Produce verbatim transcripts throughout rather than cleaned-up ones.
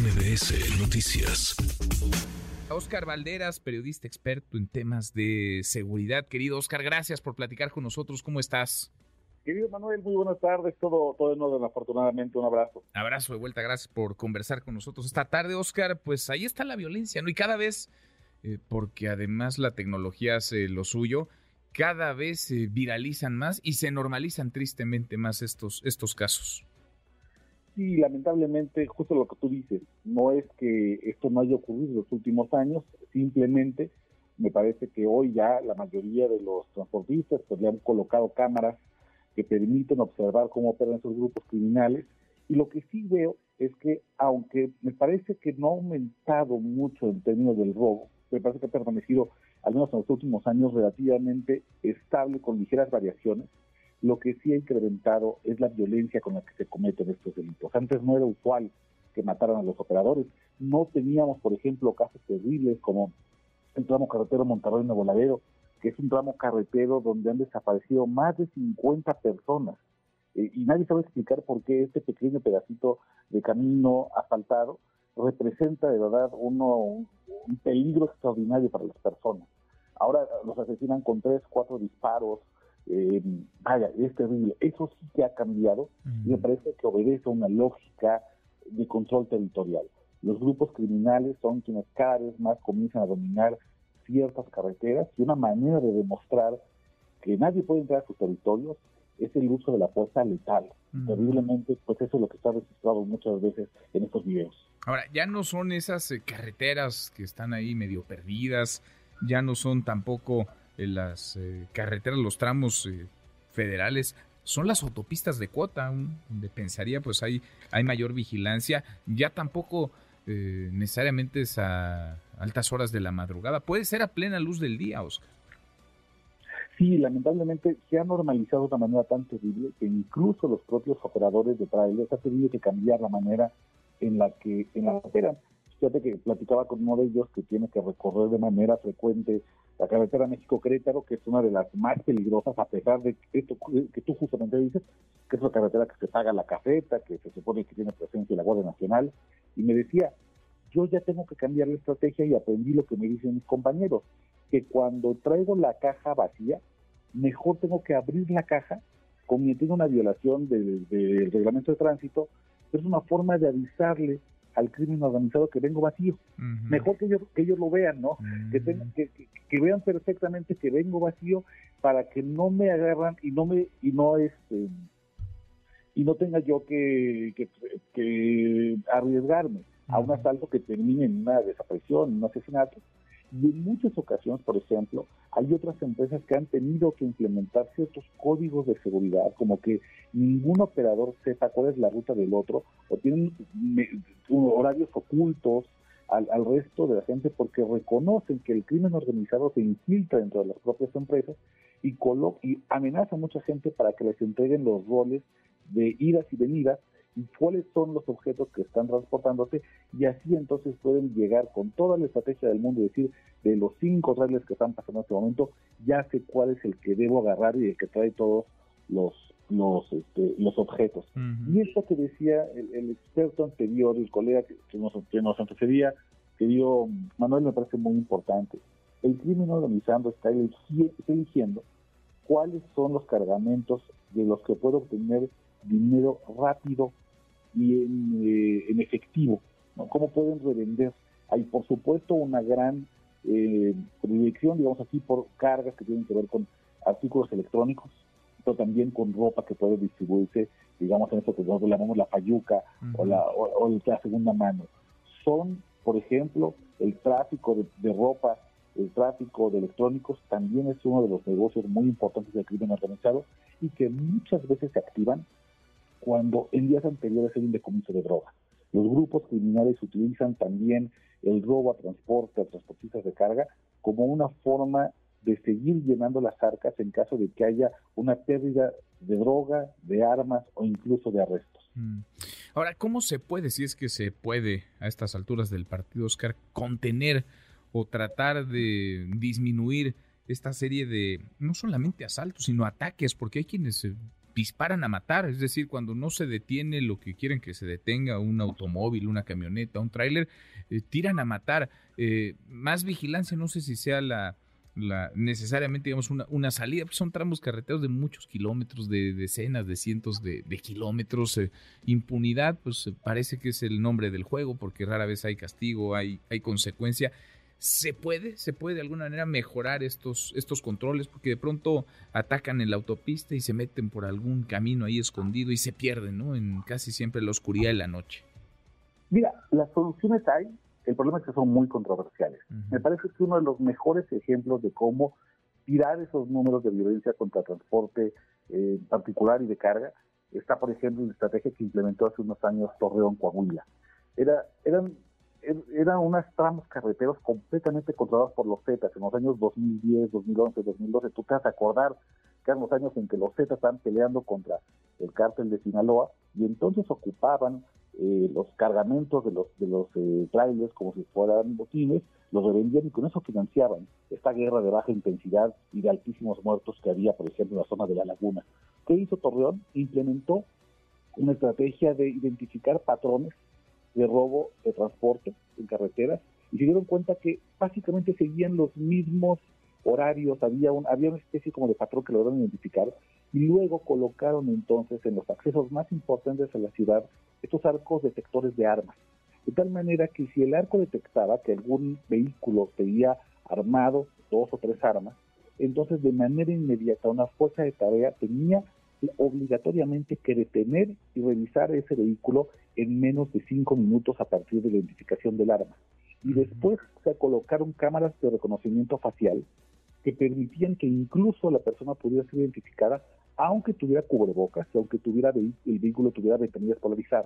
M B S Noticias. Óscar Valderas, periodista experto en temas de seguridad. Querido Óscar, gracias por platicar con nosotros. ¿Cómo estás? Querido Manuel, muy buenas tardes. Todo, todo en orden, afortunadamente. Un abrazo. Abrazo de vuelta. Gracias por conversar con nosotros esta tarde, Óscar. Pues ahí está la violencia, ¿no? Y cada vez, eh, porque además la tecnología hace lo suyo, cada vez se viralizan más y se normalizan tristemente más estos, estos casos. Sí, lamentablemente, justo lo que tú dices, no es que esto no haya ocurrido en los últimos años, simplemente me parece que hoy ya la mayoría de los transportistas pues le han colocado cámaras que permiten observar cómo operan esos grupos criminales, y lo que sí veo es que, aunque me parece que no ha aumentado mucho en términos del robo, me parece que ha permanecido, al menos en los últimos años, relativamente estable con ligeras variaciones. Lo que sí ha incrementado es la violencia con la que se cometen estos delitos. Antes no era usual que mataran a los operadores. No teníamos, por ejemplo, casos terribles como el tramo carretero Monterrey-Nuevo Laredo, que es un tramo carretero donde han desaparecido más de cincuenta personas. Eh, y nadie sabe explicar por qué este pequeño pedacito de camino asfaltado representa de verdad uno, un, un peligro extraordinario para las personas. Ahora los asesinan con tres, cuatro disparos. Eh, vaya, es terrible. Eso sí que ha cambiado mm. y me parece que obedece a una lógica de control territorial. Los grupos criminales son quienes cada vez más comienzan a dominar ciertas carreteras, y una manera de demostrar que nadie puede entrar a sus territorios es el uso de la fuerza letal. Mm. Terriblemente, pues eso es lo que está registrado muchas veces en estos videos. Ahora, ya no son esas eh, carreteras que están ahí medio perdidas, ya no son tampoco eh, las eh, carreteras, los tramos eh, federales, son las autopistas de cuota, un, donde pensaría pues hay, hay mayor vigilancia, ya tampoco eh, necesariamente es a altas horas de la madrugada, puede ser a plena luz del día, Óscar. Sí, lamentablemente se ha normalizado de una manera tan terrible que incluso los propios operadores de trailers han tenido que cambiar la manera en la que en la operan. Fíjate que platicaba con uno de ellos que tiene que recorrer de manera frecuente la carretera México-Querétaro, que es una de las más peligrosas, a pesar de que, esto, que tú justamente dices, que es una carretera que se paga la caseta, que se supone que tiene presencia la Guardia Nacional, y me decía, yo ya tengo que cambiar la estrategia y aprendí lo que me dicen mis compañeros, que cuando traigo la caja vacía, mejor tengo que abrir la caja, cometiendo una violación del, del reglamento de tránsito, pero es una forma de avisarle al crimen organizado que vengo vacío. Uh-huh. Mejor que ellos, que ellos lo vean, ¿no? Uh-huh. Que, tengan, que, que, que vean perfectamente que vengo vacío para que no me agarran y no me y no este y no tenga yo que, que, que arriesgarme uh-huh. a un asalto que termine en una desaparición, en un asesinato. Y en muchas ocasiones, por ejemplo, hay otras empresas que han tenido que implementar ciertos códigos de seguridad, como que ningún operador sepa cuál es la ruta del otro, o tienen me, horarios ocultos al, al resto de la gente, porque reconocen que el crimen organizado se infiltra dentro de las propias empresas y, colo- y amenaza a mucha gente para que les entreguen los roles de idas y venidas, y cuáles son los objetos que están transportándose, y así entonces pueden llegar con toda la estrategia del mundo y decir, de los cinco trailers que están pasando en este momento, ya sé cuál es el que debo agarrar y el que trae todos los los este, los objetos. Uh-huh. Y esto que decía el, el experto anterior, el colega que, que, nos, que nos antecedía, querido Manuel, me parece muy importante. El crimen organizado está, elegi- está eligiendo cuáles son los cargamentos de los que puede obtener dinero rápido y en, eh, en efectivo, ¿no? ¿Cómo pueden revender? Hay, por supuesto, una gran eh, predilección, digamos aquí, por cargas que tienen que ver con artículos electrónicos, pero también con ropa que puede distribuirse, digamos, en esto que nosotros llamamos la fayuca uh-huh. o, la, o, o la segunda mano. Son, por ejemplo, el tráfico de, de ropa, el tráfico de electrónicos, también es uno de los negocios muy importantes del crimen organizado y que muchas veces se activan cuando en días anteriores hay un decomiso de droga. Los grupos criminales utilizan también el robo a transporte, a transportistas de carga, como una forma de seguir llenando las arcas en caso de que haya una pérdida de droga, de armas o incluso de arrestos. Mm. Ahora, ¿cómo se puede, si es que se puede a estas alturas del partido, Óscar, contener o tratar de disminuir esta serie de, no solamente asaltos, sino ataques? Porque hay quienes... Eh, disparan a matar, es decir, cuando no se detiene lo que quieren que se detenga, un automóvil, una camioneta, un tráiler, eh, tiran a matar. Eh, más vigilancia, no sé si sea la, la necesariamente, digamos, una, una salida, pues son tramos carreteros de muchos kilómetros, de decenas, de cientos de, de kilómetros. Eh, impunidad, pues parece que es el nombre del juego, porque rara vez hay castigo, hay, hay consecuencia. ¿Se puede, se puede de alguna manera mejorar estos, estos controles? Porque de pronto atacan en la autopista y se meten por algún camino ahí escondido y se pierden, ¿no? En casi siempre la oscuridad de la noche. Mira, las soluciones hay, el problema es que son muy controversiales. Uh-huh. Me parece que uno de los mejores ejemplos de cómo tirar esos números de violencia contra transporte eh, particular y de carga está, por ejemplo, en la estrategia que implementó hace unos años Torreón, Coahuila. Era, eran... eran unos tramos carreteros completamente controlados por los Zetas en los años dos mil diez, dos mil once, dos mil doce. Tú te vas a acordar que eran los años en que los Zetas estaban peleando contra el cártel de Sinaloa y entonces ocupaban eh, los cargamentos de los de los eh, trailers como si fueran botines, los revendían y con eso financiaban esta guerra de baja intensidad y de altísimos muertos que había, por ejemplo, en la zona de La Laguna. ¿Qué hizo Torreón? Implementó una estrategia de identificar patrones de robo de transporte en carreteras y se dieron cuenta que básicamente seguían los mismos horarios, había, un, había una especie como de patrón que lograron identificar y luego colocaron entonces en los accesos más importantes a la ciudad estos arcos detectores de armas, de tal manera que si el arco detectaba que algún vehículo seguía armado, dos o tres armas, entonces de manera inmediata una fuerza de tarea tenía obligatoriamente que detener y revisar ese vehículo en menos de cinco minutos a partir de la identificación del arma. Y después se colocaron cámaras de reconocimiento facial que permitían que incluso la persona pudiera ser identificada aunque tuviera cubrebocas, aunque tuviera el vehículo tuviera ventanillas polarizadas.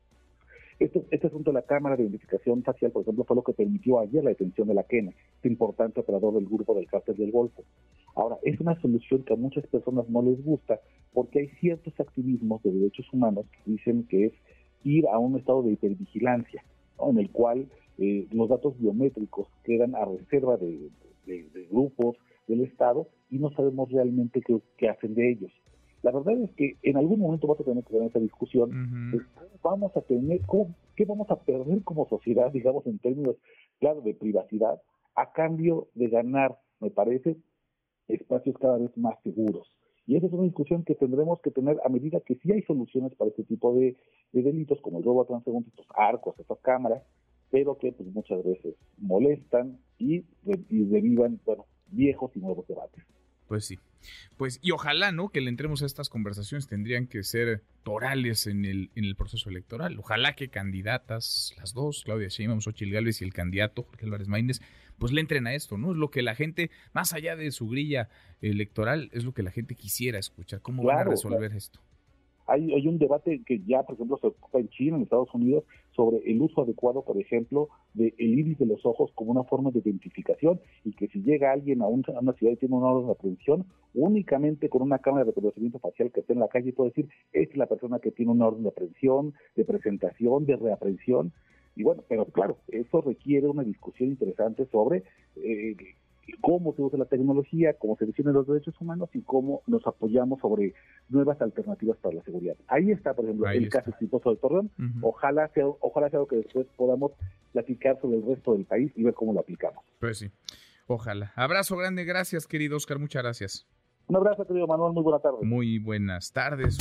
Este, este asunto de la cámara de identificación facial, por ejemplo, fue lo que permitió ayer la detención de la Quena, este importante operador del grupo del Cártel del Golfo. Ahora, es una solución que a muchas personas no les gusta porque hay ciertos activismos de derechos humanos que dicen que es ir a un estado de hipervigilancia, ¿no? En el cual eh, los datos biométricos quedan a reserva de, de, de grupos del Estado y no sabemos realmente qué, qué hacen de ellos. La verdad es que en algún momento vamos a tener que tener esa discusión uh-huh. de cómo vamos a tener, cómo, qué vamos a perder como sociedad, digamos, en términos, claro, de privacidad, a cambio de ganar, me parece, espacios cada vez más seguros. Y esa es una discusión que tendremos que tener a medida que sí hay soluciones para este tipo de, de delitos, como el robo a transeúntes, estos arcos, estas cámaras, pero que pues muchas veces molestan y, y derivan, bueno, viejos y nuevos debates. Pues sí, pues y ojalá, ¿no?, que le entremos a estas conversaciones, tendrían que ser torales en el en el proceso electoral. Ojalá que candidatas, las dos, Claudia Sheinbaum, Xóchitl Gálvez y el candidato Jorge Álvarez Maínez, pues le entren a esto, ¿no? Es lo que la gente, más allá de su grilla electoral, es lo que la gente quisiera escuchar. ¿Cómo claro, van a resolver claro. esto? Hay, hay un debate que ya, por ejemplo, se ocupa en China, en Estados Unidos, sobre el uso adecuado, por ejemplo, del iris de los ojos como una forma de identificación y que si llega alguien a, un, a una ciudad y tiene una orden de aprehensión, únicamente con una cámara de reconocimiento facial que esté en la calle puede decir, esta es la persona que tiene una orden de aprehensión, de presentación, de reaprehensión. Y bueno, pero claro, eso requiere una discusión interesante sobre eh, cómo se usa la tecnología, cómo se defienden los derechos humanos y cómo nos apoyamos sobre nuevas alternativas para la seguridad. Ahí está, por ejemplo, Ahí el está. caso exitoso de Torreón. Uh-huh. Ojalá sea, ojalá sea algo que después podamos platicar sobre el resto del país y ver cómo lo aplicamos. Pues sí, ojalá. Abrazo grande, gracias, querido Oscar, muchas gracias. Un abrazo, querido Manuel, muy buenas tardes. Muy buenas tardes.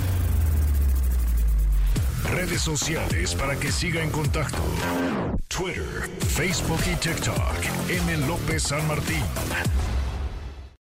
Redes sociales para que siga en contacto: Twitter, Facebook y TikTok. M. López San Martín.